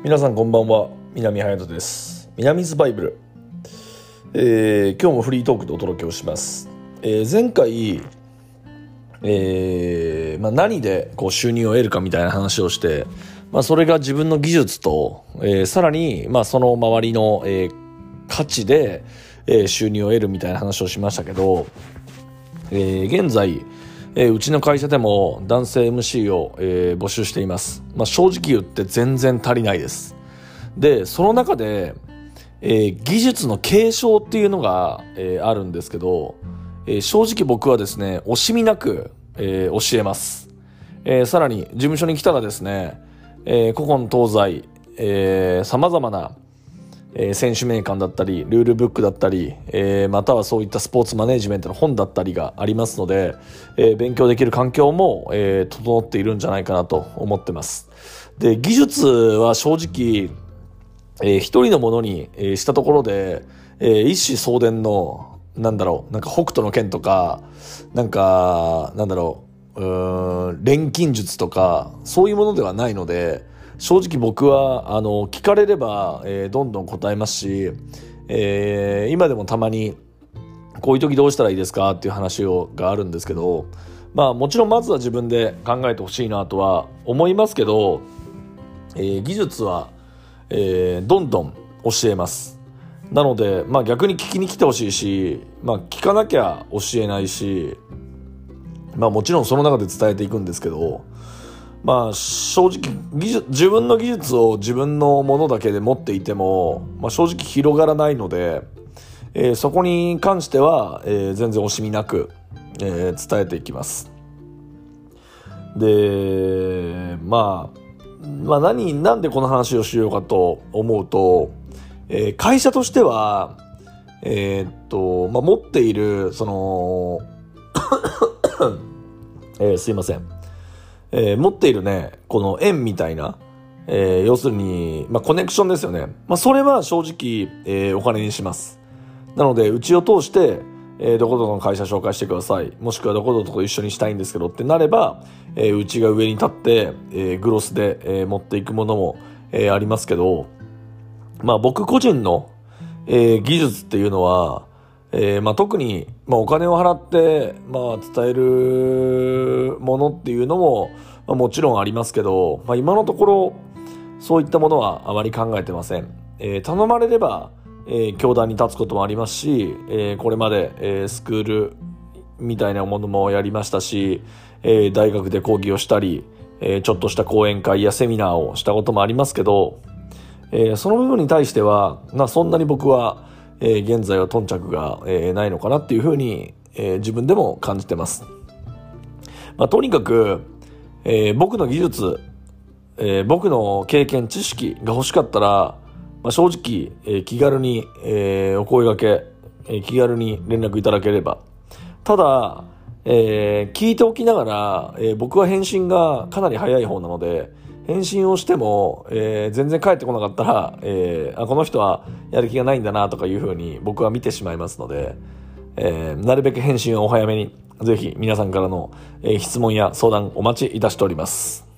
皆さんこんばんは。南隼人です。南ズバイブル、今日もフリートークでお届けをします。前回、何で収入を得るかみたいな話をして、それが自分の技術と、さらに、その周りの、価値で、収入を得るみたいな話をしましたけど、現在、うちの会社でも男性 MC を、募集しています。正直言って全然足りないです。で、その中で、技術の継承っていうのが、あるんですけど、正直僕はですね、惜しみなく、教えます。さらに事務所に来たらですね、古今東西、様々な選手名鑑だったりルールブックだったり、またはそういったスポーツマネジメントの本だったりがありますので、勉強できる環境も、整っているんじゃないかなと思ってます。で、技術は正直、一人のものに、したところで、一子相伝のなんか北斗の拳とか錬金術とかそういうものではないので、正直僕は聞かれれば、どんどん答えますし、今でもたまにこういう時どうしたらいいですかっていう話があるんですけど、もちろんまずは自分で考えてほしいなとは思いますけど、技術は、どんどん教えます。なので、逆に聞きに来てほしいし、聞かなきゃ教えないし、もちろんその中で伝えていくんですけど、正直自分の技術を自分のものだけで持っていても、正直広がらないので、そこに関しては、全然惜しみなく、伝えていきます。で、なんでこの話をしようかと思うと、会社としては、持っているその、すいません。持っているね、この縁みたいな、要するに、コネクションですよね。それは正直、お金にします。なので、うちを通して、どこどこの会社紹介してください。もしくはどこどこと一緒にしたいんですけどってなれば、うちが上に立って、グロスで、持っていくものも、ありますけど、僕個人の、技術っていうのは、特に、お金を払って、伝えるものっていうのも、もちろんありますけど、今のところそういったものはあまり考えてません。頼まれれば、教壇に立つこともありますし、これまで、スクールみたいなものもやりましたし、大学で講義をしたり、ちょっとした講演会やセミナーをしたこともありますけど、その部分に対しては、そんなに僕は、現在は頓着が、ないのかなっていうふうに、自分でも感じてます。とにかく、僕の技術、僕の経験知識が欲しかったら、正直、気軽に、お声掛け、気軽に連絡いただければ。ただ、聞いておきながら、僕は返信がかなり早い方なので、返信をしても、全然返ってこなかったら、この人はやる気がないんだなとかいうふうに僕は見てしまいますので、なるべく返信をお早めに、ぜひ皆さんからの、質問や相談お待ちいたしております。